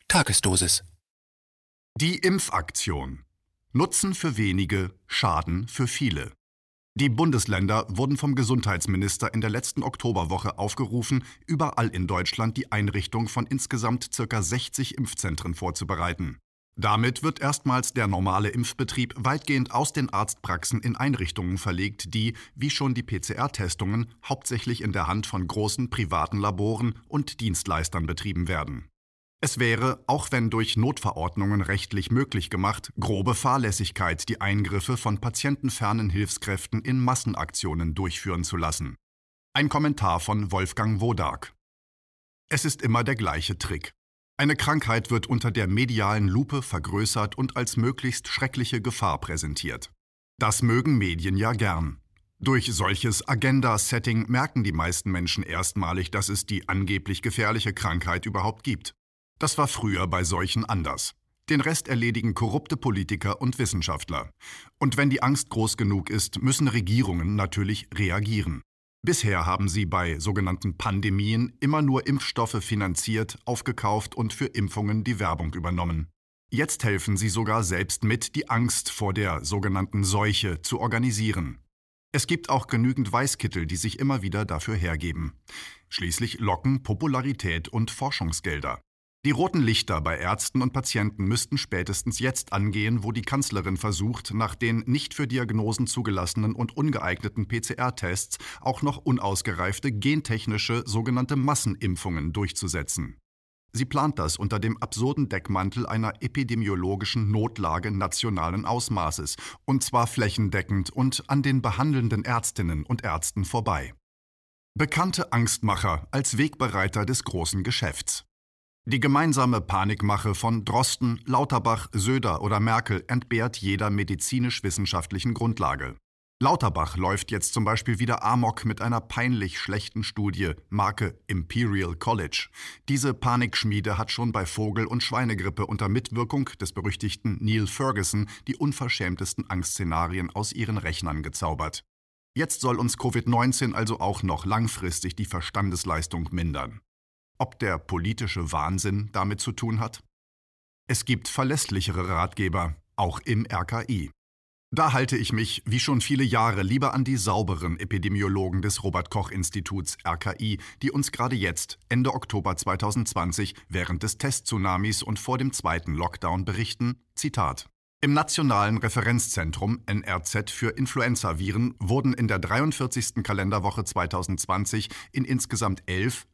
Tagesdosis. Die Impfaktion. Nutzen für wenige, Schaden für viele. Die Bundesländer wurden vom Gesundheitsminister in der letzten Oktoberwoche aufgerufen, überall in Deutschland die Einrichtung von insgesamt ca. 60 Impfzentren vorzubereiten. Damit wird erstmals der normale Impfbetrieb weitgehend aus den Arztpraxen in Einrichtungen verlegt, die, wie schon die PCR-Testungen, hauptsächlich in der Hand von großen privaten Laboren und Dienstleistern betrieben werden. Es wäre, auch wenn durch Notverordnungen rechtlich möglich gemacht, grobe Fahrlässigkeit, die Eingriffe von patientenfernen Hilfskräften in Massenaktionen durchführen zu lassen. Ein Kommentar von Wolfgang Wodark. Es ist immer der gleiche Trick. Eine Krankheit wird unter der medialen Lupe vergrößert und als möglichst schreckliche Gefahr präsentiert. Das mögen Medien ja gern. Durch solches Agenda-Setting merken die meisten Menschen erstmalig, dass es die angeblich gefährliche Krankheit überhaupt gibt. Das war früher bei Seuchen anders. Den Rest erledigen korrupte Politiker und Wissenschaftler. Und wenn die Angst groß genug ist, müssen Regierungen natürlich reagieren. Bisher haben sie bei sogenannten Pandemien immer nur Impfstoffe finanziert, aufgekauft und für Impfungen die Werbung übernommen. Jetzt helfen sie sogar selbst mit, die Angst vor der sogenannten Seuche zu organisieren. Es gibt auch genügend Weißkittel, die sich immer wieder dafür hergeben. Schließlich locken Popularität und Forschungsgelder. Die roten Lichter bei Ärzten und Patienten müssten spätestens jetzt angehen, wo die Kanzlerin versucht, nach den nicht für Diagnosen zugelassenen und ungeeigneten PCR-Tests auch noch unausgereifte gentechnische sogenannte Massenimpfungen durchzusetzen. Sie plant das unter dem absurden Deckmantel einer epidemiologischen Notlage nationalen Ausmaßes, und zwar flächendeckend und an den behandelnden Ärztinnen und Ärzten vorbei. Bekannte Angstmacher als Wegbereiter des großen Geschäfts. Die gemeinsame Panikmache von Drosten, Lauterbach, Söder oder Merkel entbehrt jeder medizinisch-wissenschaftlichen Grundlage. Lauterbach läuft jetzt zum Beispiel wieder amok mit einer peinlich schlechten Studie, Marke Imperial College. Diese Panikschmiede hat schon bei Vogel- und Schweinegrippe unter Mitwirkung des berüchtigten Neil Ferguson die unverschämtesten Angstszenarien aus ihren Rechnern gezaubert. Jetzt soll uns Covid-19 also auch noch langfristig die Verstandesleistung mindern. Ob der politische Wahnsinn damit zu tun hat? Es gibt verlässlichere Ratgeber, auch im RKI. Da halte ich mich, wie schon viele Jahre, lieber an die sauberen Epidemiologen des Robert-Koch-Instituts RKI, die uns gerade jetzt, Ende Oktober 2020, während des Testtsunamis und vor dem zweiten Lockdown berichten, Zitat: Im Nationalen Referenzzentrum NRZ für Influenzaviren wurden in der 43. Kalenderwoche 2020 in insgesamt 11,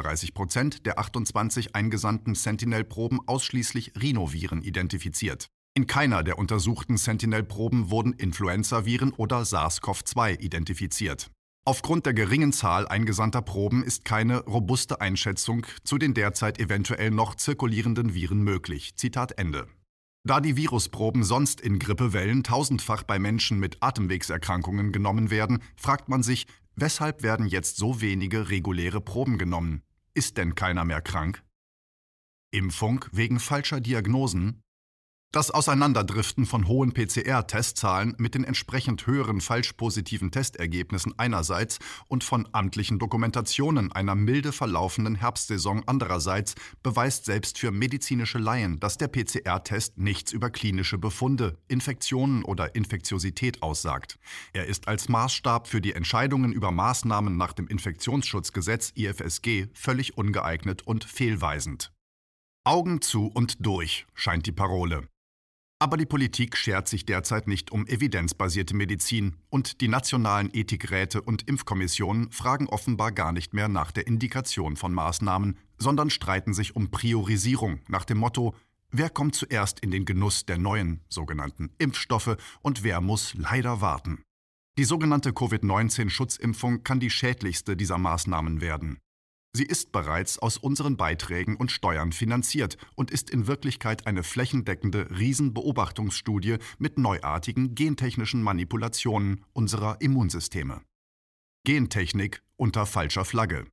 39% der 28 eingesandten Sentinel-Proben ausschließlich Rhinoviren identifiziert. In keiner der untersuchten Sentinel-Proben wurden Influenzaviren oder SARS-CoV-2 identifiziert. Aufgrund der geringen Zahl eingesandter Proben ist keine robuste Einschätzung zu den derzeit eventuell noch zirkulierenden Viren möglich. Zitat Ende. Da die Virusproben sonst in Grippewellen tausendfach bei Menschen mit Atemwegserkrankungen genommen werden, fragt man sich, weshalb werden jetzt so wenige reguläre Proben genommen? Ist denn keiner mehr krank? Impfung wegen falscher Diagnosen? Das Auseinanderdriften von hohen PCR-Testzahlen mit den entsprechend höheren falsch positiven Testergebnissen einerseits und von amtlichen Dokumentationen einer milde verlaufenden Herbstsaison andererseits beweist selbst für medizinische Laien, dass der PCR-Test nichts über klinische Befunde, Infektionen oder Infektiosität aussagt. Er ist als Maßstab für die Entscheidungen über Maßnahmen nach dem Infektionsschutzgesetz IFSG völlig ungeeignet und fehlweisend. Augen zu und durch, scheint die Parole. Aber die Politik schert sich derzeit nicht um evidenzbasierte Medizin und die nationalen Ethikräte und Impfkommissionen fragen offenbar gar nicht mehr nach der Indikation von Maßnahmen, sondern streiten sich um Priorisierung nach dem Motto: Wer kommt zuerst in den Genuss der neuen sogenannten Impfstoffe und wer muss leider warten? Die sogenannte Covid-19-Schutzimpfung kann die schädlichste dieser Maßnahmen werden. Sie ist bereits aus unseren Beiträgen und Steuern finanziert und ist in Wirklichkeit eine flächendeckende Riesenbeobachtungsstudie mit neuartigen gentechnischen Manipulationen unserer Immunsysteme. Gentechnik unter falscher Flagge.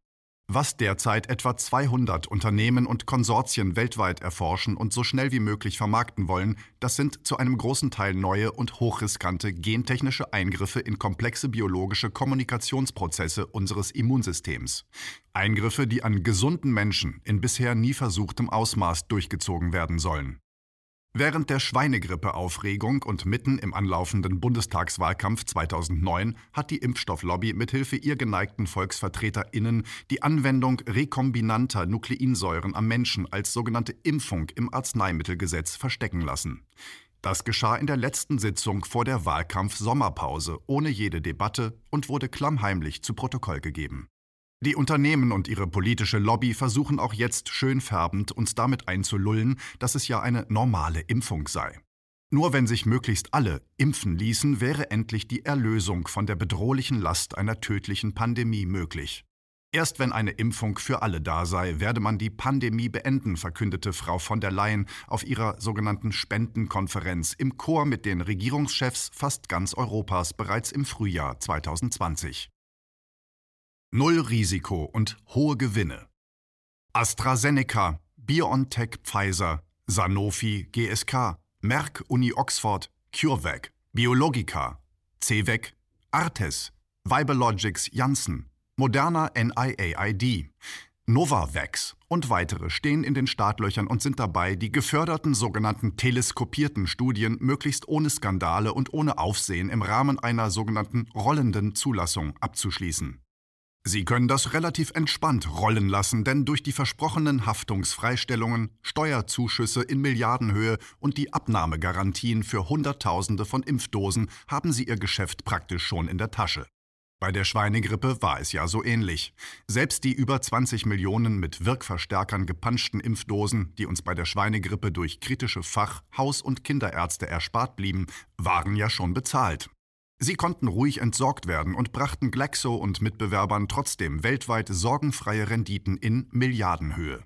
Was derzeit etwa 200 Unternehmen und Konsortien weltweit erforschen und so schnell wie möglich vermarkten wollen, das sind zu einem großen Teil neue und hochriskante gentechnische Eingriffe in komplexe biologische Kommunikationsprozesse unseres Immunsystems. Eingriffe, die an gesunden Menschen in bisher nie versuchtem Ausmaß durchgezogen werden sollen. Während der Schweinegrippeaufregung und mitten im anlaufenden Bundestagswahlkampf 2009 hat die Impfstofflobby mithilfe ihr geneigten VolksvertreterInnen die Anwendung rekombinanter Nukleinsäuren am Menschen als sogenannte Impfung im Arzneimittelgesetz verstecken lassen. Das geschah in der letzten Sitzung vor der Wahlkampf-Sommerpause ohne jede Debatte und wurde klammheimlich zu Protokoll gegeben. Die Unternehmen und ihre politische Lobby versuchen auch jetzt schön färbend, uns damit einzulullen, dass es ja eine normale Impfung sei. Nur wenn sich möglichst alle impfen ließen, wäre endlich die Erlösung von der bedrohlichen Last einer tödlichen Pandemie möglich. Erst wenn eine Impfung für alle da sei, werde man die Pandemie beenden, verkündete Frau von der Leyen auf ihrer sogenannten Spendenkonferenz im Chor mit den Regierungschefs fast ganz Europas bereits im Frühjahr 2020. Null Risiko und hohe Gewinne. AstraZeneca, BioNTech Pfizer, Sanofi GSK, Merck Uni Oxford, CureVac, Biologica, CVEC, Artes, Vibalogics Janssen, Moderna NIAID, Novavax und weitere stehen in den Startlöchern und sind dabei, die geförderten sogenannten teleskopierten Studien möglichst ohne Skandale und ohne Aufsehen im Rahmen einer sogenannten rollenden Zulassung abzuschließen. Sie können das relativ entspannt rollen lassen, denn durch die versprochenen Haftungsfreistellungen, Steuerzuschüsse in Milliardenhöhe und die Abnahmegarantien für Hunderttausende von Impfdosen haben Sie Ihr Geschäft praktisch schon in der Tasche. Bei der Schweinegrippe war es ja so ähnlich. Selbst die über 20 Millionen mit Wirkverstärkern gepanschten Impfdosen, die uns bei der Schweinegrippe durch kritische Fach-, Haus- und Kinderärzte erspart blieben, waren ja schon bezahlt. Sie konnten ruhig entsorgt werden und brachten Glaxo und Mitbewerbern trotzdem weltweit sorgenfreie Renditen in Milliardenhöhe.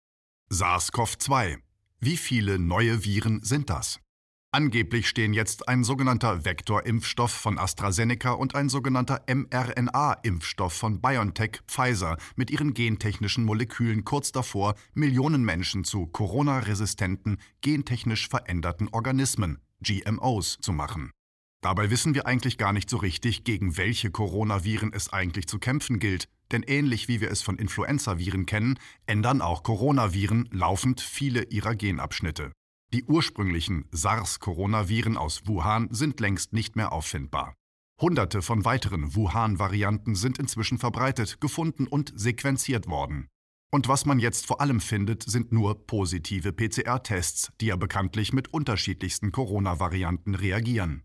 SARS-CoV-2. Wie viele neue Viren sind das? Angeblich stehen jetzt ein sogenannter Vektorimpfstoff von AstraZeneca und ein sogenannter mRNA-Impfstoff von BioNTech Pfizer mit ihren gentechnischen Molekülen kurz davor, Millionen Menschen zu Corona-resistenten, gentechnisch veränderten Organismen, GMOs, zu machen. Dabei wissen wir eigentlich gar nicht so richtig, gegen welche Coronaviren es eigentlich zu kämpfen gilt, denn ähnlich wie wir es von Influenzaviren kennen, ändern auch Coronaviren laufend viele ihrer Genabschnitte. Die ursprünglichen SARS-Coronaviren aus Wuhan sind längst nicht mehr auffindbar. Hunderte von weiteren Wuhan-Varianten sind inzwischen verbreitet, gefunden und sequenziert worden. Und was man jetzt vor allem findet, sind nur positive PCR-Tests, die ja bekanntlich mit unterschiedlichsten Corona-Varianten reagieren.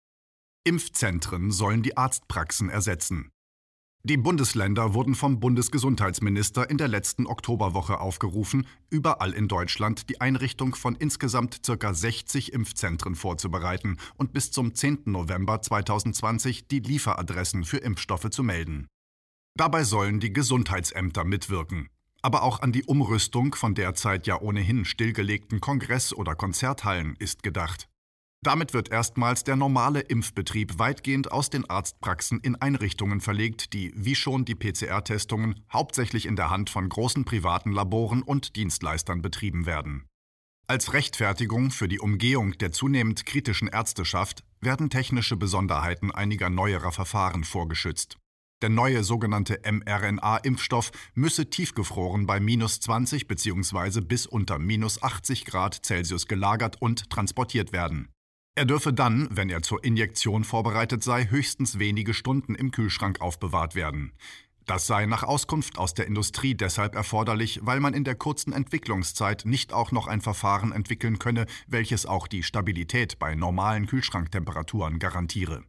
Impfzentren sollen die Arztpraxen ersetzen. Die Bundesländer wurden vom Bundesgesundheitsminister in der letzten Oktoberwoche aufgerufen, überall in Deutschland die Einrichtung von insgesamt ca. 60 Impfzentren vorzubereiten und bis zum 10. November 2020 die Lieferadressen für Impfstoffe zu melden. Dabei sollen die Gesundheitsämter mitwirken. Aber auch an die Umrüstung von derzeit ja ohnehin stillgelegten Kongress- oder Konzerthallen ist gedacht. Damit wird erstmals der normale Impfbetrieb weitgehend aus den Arztpraxen in Einrichtungen verlegt, die, wie schon die PCR-Testungen, hauptsächlich in der Hand von großen privaten Laboren und Dienstleistern betrieben werden. Als Rechtfertigung für die Umgehung der zunehmend kritischen Ärzteschaft werden technische Besonderheiten einiger neuerer Verfahren vorgeschützt. Der neue sogenannte mRNA-Impfstoff müsse tiefgefroren bei -20 bzw. bis unter -80 Grad Celsius gelagert und transportiert werden. Er dürfe dann, wenn er zur Injektion vorbereitet sei, höchstens wenige Stunden im Kühlschrank aufbewahrt werden. Das sei nach Auskunft aus der Industrie deshalb erforderlich, weil man in der kurzen Entwicklungszeit nicht auch noch ein Verfahren entwickeln könne, welches auch die Stabilität bei normalen Kühlschranktemperaturen garantiere.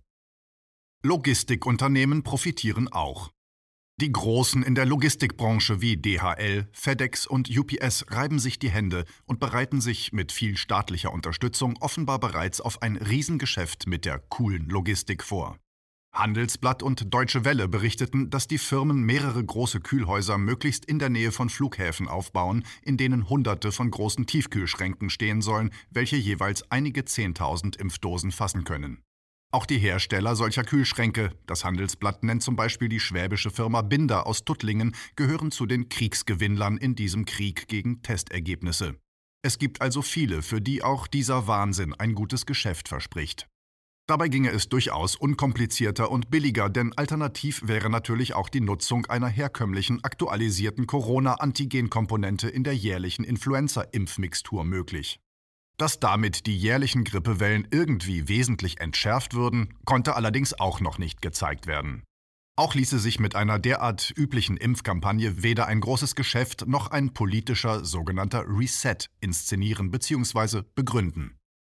Logistikunternehmen profitieren auch. Die Großen in der Logistikbranche wie DHL, FedEx und UPS reiben sich die Hände und bereiten sich mit viel staatlicher Unterstützung offenbar bereits auf ein Riesengeschäft mit der coolen Logistik vor. Handelsblatt und Deutsche Welle berichteten, dass die Firmen mehrere große Kühlhäuser möglichst in der Nähe von Flughäfen aufbauen, in denen Hunderte von großen Tiefkühlschränken stehen sollen, welche jeweils einige 10.000 Impfdosen fassen können. Auch die Hersteller solcher Kühlschränke, das Handelsblatt nennt zum Beispiel die schwäbische Firma Binder aus Tuttlingen, gehören zu den Kriegsgewinnlern in diesem Krieg gegen Testergebnisse. Es gibt also viele, für die auch dieser Wahnsinn ein gutes Geschäft verspricht. Dabei ginge es durchaus unkomplizierter und billiger, denn alternativ wäre natürlich auch die Nutzung einer herkömmlichen, aktualisierten Corona-Antigen-Komponente in der jährlichen Influenza-Impfmixtur möglich. Dass damit die jährlichen Grippewellen irgendwie wesentlich entschärft würden, konnte allerdings auch noch nicht gezeigt werden. Auch ließe sich mit einer derart üblichen Impfkampagne weder ein großes Geschäft noch ein politischer sogenannter Reset inszenieren bzw. begründen.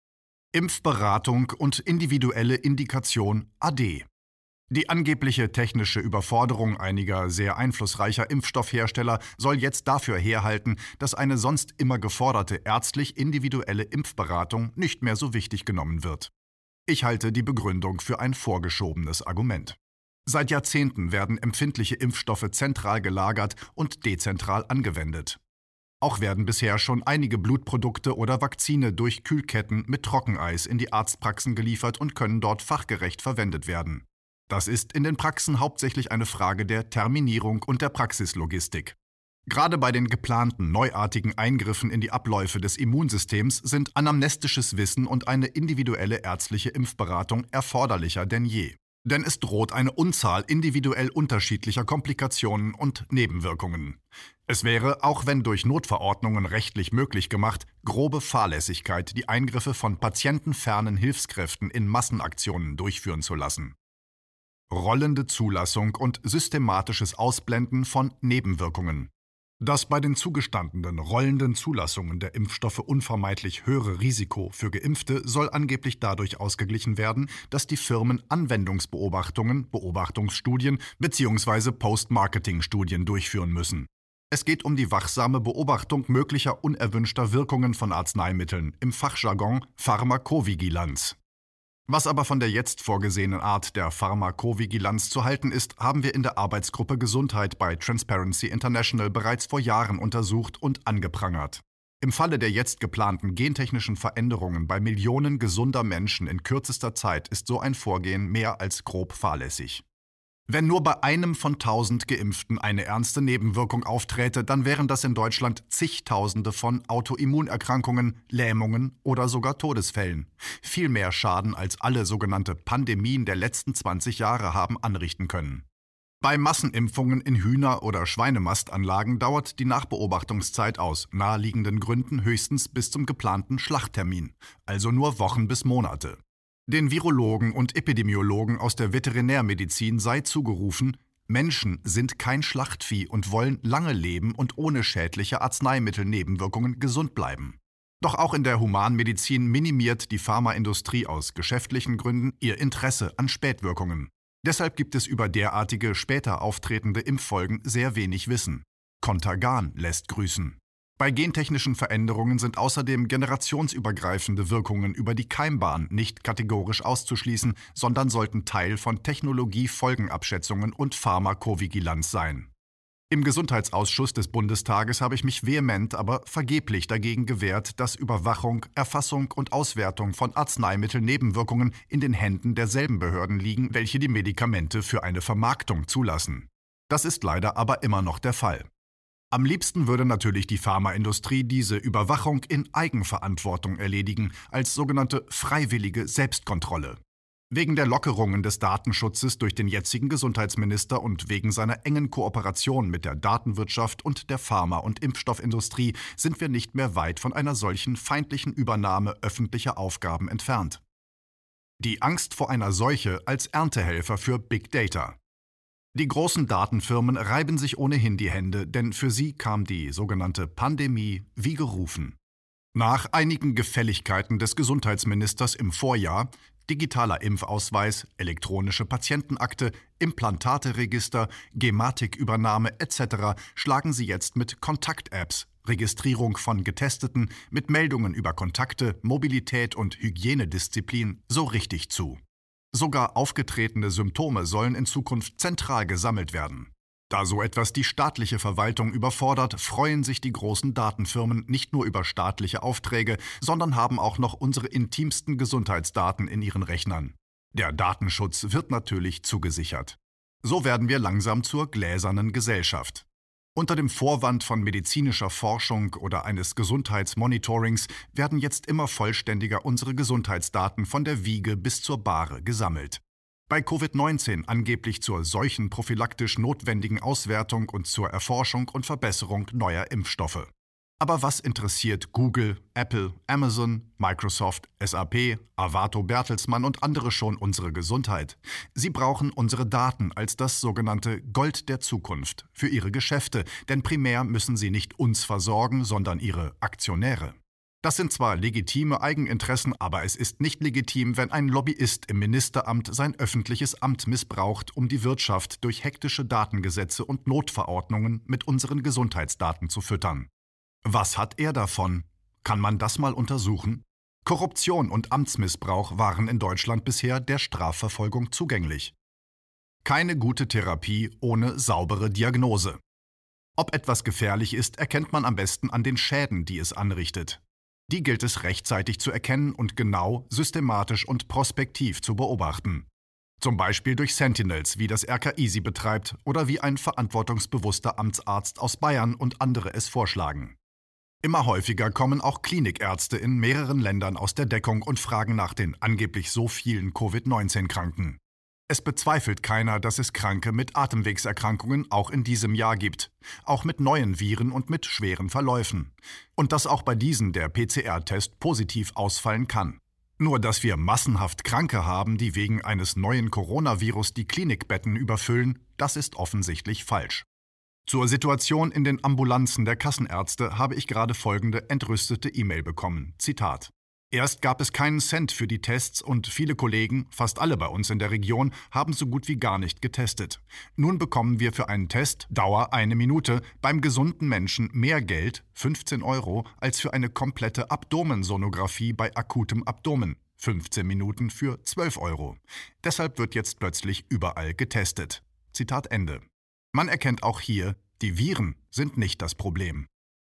Impfberatung und individuelle Indikation AD. Die angebliche technische Überforderung einiger sehr einflussreicher Impfstoffhersteller soll jetzt dafür herhalten, dass eine sonst immer geforderte ärztlich individuelle Impfberatung nicht mehr so wichtig genommen wird. Ich halte die Begründung für ein vorgeschobenes Argument. Seit Jahrzehnten werden empfindliche Impfstoffe zentral gelagert und dezentral angewendet. Auch werden bisher schon einige Blutprodukte oder Vakzine durch Kühlketten mit Trockeneis in die Arztpraxen geliefert und können dort fachgerecht verwendet werden. Das ist in den Praxen hauptsächlich eine Frage der Terminierung und der Praxislogistik. Gerade bei den geplanten neuartigen Eingriffen in die Abläufe des Immunsystems sind anamnestisches Wissen und eine individuelle ärztliche Impfberatung erforderlicher denn je. Denn es droht eine Unzahl individuell unterschiedlicher Komplikationen und Nebenwirkungen. Es wäre, auch wenn durch Notverordnungen rechtlich möglich gemacht, grobe Fahrlässigkeit, die Eingriffe von patientenfernen Hilfskräften in Massenaktionen durchführen zu lassen. Rollende Zulassung und systematisches Ausblenden von Nebenwirkungen. Das bei den zugestandenen rollenden Zulassungen der Impfstoffe unvermeidlich höhere Risiko für Geimpfte soll angeblich dadurch ausgeglichen werden, dass die Firmen Anwendungsbeobachtungen, Beobachtungsstudien bzw. Post-Marketing-Studien durchführen müssen. Es geht um die wachsame Beobachtung möglicher unerwünschter Wirkungen von Arzneimitteln, im Fachjargon Pharmakovigilanz. Was aber von der jetzt vorgesehenen Art der Pharmakovigilanz zu halten ist, haben wir in der Arbeitsgruppe Gesundheit bei Transparency International bereits vor Jahren untersucht und angeprangert. Im Falle der jetzt geplanten gentechnischen Veränderungen bei Millionen gesunder Menschen in kürzester Zeit ist so ein Vorgehen mehr als grob fahrlässig. Wenn nur bei einem von 1000 Geimpften eine ernste Nebenwirkung aufträte, dann wären das in Deutschland zigtausende von Autoimmunerkrankungen, Lähmungen oder sogar Todesfällen. Viel mehr Schaden als alle sogenannte Pandemien der letzten 20 Jahre haben anrichten können. Bei Massenimpfungen in Hühner- oder Schweinemastanlagen dauert die Nachbeobachtungszeit aus naheliegenden Gründen höchstens bis zum geplanten Schlachttermin, also nur Wochen bis Monate. Den Virologen und Epidemiologen aus der Veterinärmedizin sei zugerufen, Menschen sind kein Schlachtvieh und wollen lange leben und ohne schädliche Arzneimittelnebenwirkungen gesund bleiben. Doch auch in der Humanmedizin minimiert die Pharmaindustrie aus geschäftlichen Gründen ihr Interesse an Spätwirkungen. Deshalb gibt es über derartige später auftretende Impffolgen sehr wenig Wissen. Contergan lässt grüßen. Bei gentechnischen Veränderungen sind außerdem generationsübergreifende Wirkungen über die Keimbahn nicht kategorisch auszuschließen, sondern sollten Teil von Technologiefolgenabschätzungen und Pharmakovigilanz sein. Im Gesundheitsausschuss des Bundestages habe ich mich vehement, aber vergeblich dagegen gewehrt, dass Überwachung, Erfassung und Auswertung von Arzneimittelnebenwirkungen in den Händen derselben Behörden liegen, welche die Medikamente für eine Vermarktung zulassen. Das ist leider aber immer noch der Fall. Am liebsten würde natürlich die Pharmaindustrie diese Überwachung in Eigenverantwortung erledigen, als sogenannte freiwillige Selbstkontrolle. Wegen der Lockerungen des Datenschutzes durch den jetzigen Gesundheitsminister und wegen seiner engen Kooperation mit der Datenwirtschaft und der Pharma- und Impfstoffindustrie sind wir nicht mehr weit von einer solchen feindlichen Übernahme öffentlicher Aufgaben entfernt. Die Angst vor einer Seuche als Erntehelfer für Big Data. Die großen Datenfirmen reiben sich ohnehin die Hände, denn für sie kam die sogenannte Pandemie wie gerufen. Nach einigen Gefälligkeiten des Gesundheitsministers im Vorjahr, digitaler Impfausweis, elektronische Patientenakte, Implantateregister, Gematikübernahme etc. schlagen sie jetzt mit Kontakt-Apps, Registrierung von Getesteten, mit Meldungen über Kontakte, Mobilität und Hygienedisziplin so richtig zu. Sogar aufgetretene Symptome sollen in Zukunft zentral gesammelt werden. Da so etwas die staatliche Verwaltung überfordert, freuen sich die großen Datenfirmen nicht nur über staatliche Aufträge, sondern haben auch noch unsere intimsten Gesundheitsdaten in ihren Rechnern. Der Datenschutz wird natürlich zugesichert. So werden wir langsam zur gläsernen Gesellschaft. Unter dem Vorwand von medizinischer Forschung oder eines Gesundheitsmonitorings werden jetzt immer vollständiger unsere Gesundheitsdaten von der Wiege bis zur Bahre gesammelt. Bei Covid-19 angeblich zur seuchenprophylaktisch notwendigen Auswertung und zur Erforschung und Verbesserung neuer Impfstoffe. Aber was interessiert Google, Apple, Amazon, Microsoft, SAP, Avato Bertelsmann und andere schon unsere Gesundheit? Sie brauchen unsere Daten als das sogenannte Gold der Zukunft für ihre Geschäfte, denn primär müssen sie nicht uns versorgen, sondern ihre Aktionäre. Das sind zwar legitime Eigeninteressen, aber es ist nicht legitim, wenn ein Lobbyist im Ministeramt sein öffentliches Amt missbraucht, um die Wirtschaft durch hektische Datengesetze und Notverordnungen mit unseren Gesundheitsdaten zu füttern. Was hat er davon? Kann man das mal untersuchen? Korruption und Amtsmissbrauch waren in Deutschland bisher der Strafverfolgung zugänglich. Keine gute Therapie ohne saubere Diagnose. Ob etwas gefährlich ist, erkennt man am besten an den Schäden, die es anrichtet. Die gilt es rechtzeitig zu erkennen und genau, systematisch und prospektiv zu beobachten. Zum Beispiel durch Sentinels, wie das RKI sie betreibt, oder wie ein verantwortungsbewusster Amtsarzt aus Bayern und andere es vorschlagen. Immer häufiger kommen auch Klinikärzte in mehreren Ländern aus der Deckung und fragen nach den angeblich so vielen Covid-19-Kranken. Es bezweifelt keiner, dass es Kranke mit Atemwegserkrankungen auch in diesem Jahr gibt, auch mit neuen Viren und mit schweren Verläufen. Und dass auch bei diesen der PCR-Test positiv ausfallen kann. Nur dass wir massenhaft Kranke haben, die wegen eines neuen Coronavirus die Klinikbetten überfüllen, das ist offensichtlich falsch. Zur Situation in den Ambulanzen der Kassenärzte habe ich gerade folgende entrüstete E-Mail bekommen. Zitat: Erst gab es keinen Cent für die Tests und viele Kollegen, fast alle bei uns in der Region, haben so gut wie gar nicht getestet. Nun bekommen wir für einen Test, Dauer 1 Minute, beim gesunden Menschen mehr Geld, 15 €, als für eine komplette Abdomensonographie bei akutem Abdomen, 15 Minuten für 12 €. Deshalb wird jetzt plötzlich überall getestet. Zitat Ende. Man erkennt auch hier, die Viren sind nicht das Problem.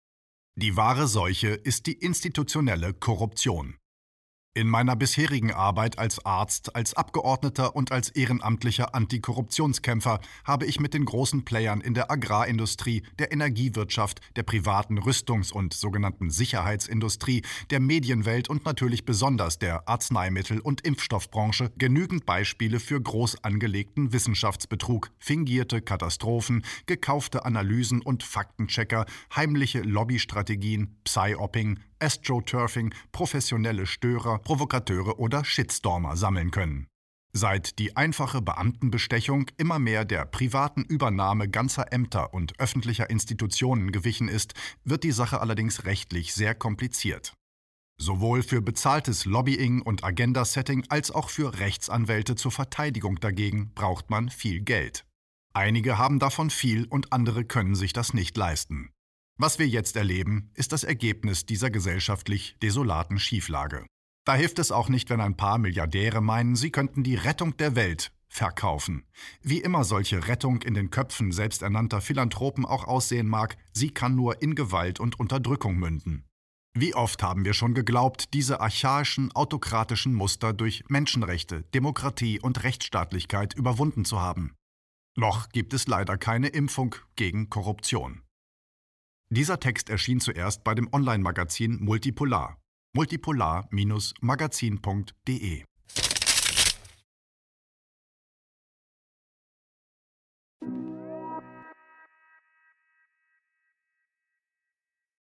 Die wahre Seuche ist die institutionelle Korruption. In meiner bisherigen Arbeit als Arzt, als Abgeordneter und als ehrenamtlicher Antikorruptionskämpfer habe ich mit den großen Playern in der Agrarindustrie, der Energiewirtschaft, der privaten Rüstungs- und sogenannten Sicherheitsindustrie, der Medienwelt und natürlich besonders der Arzneimittel- und Impfstoffbranche genügend Beispiele für groß angelegten Wissenschaftsbetrug, fingierte Katastrophen, gekaufte Analysen und Faktenchecker, heimliche Lobbystrategien, Psy-Opping, Astroturfing, professionelle Störer, Provokateure oder Shitstormer sammeln können. Seit die einfache Beamtenbestechung immer mehr der privaten Übernahme ganzer Ämter und öffentlicher Institutionen gewichen ist, wird die Sache allerdings rechtlich sehr kompliziert. Sowohl für bezahltes Lobbying und Agenda-Setting als auch für Rechtsanwälte zur Verteidigung dagegen braucht man viel Geld. Einige haben davon viel und andere können sich das nicht leisten. Was wir jetzt erleben, ist das Ergebnis dieser gesellschaftlich desolaten Schieflage. Da hilft es auch nicht, wenn ein paar Milliardäre meinen, sie könnten die Rettung der Welt verkaufen. Wie immer solche Rettung in den Köpfen selbsternannter Philanthropen auch aussehen mag, sie kann nur in Gewalt und Unterdrückung münden. Wie oft haben wir schon geglaubt, diese archaischen, autokratischen Muster durch Menschenrechte, Demokratie und Rechtsstaatlichkeit überwunden zu haben. Noch gibt es leider keine Impfung gegen Korruption. Dieser Text erschien zuerst bei dem Online-Magazin Multipolar. multipolar-magazin.de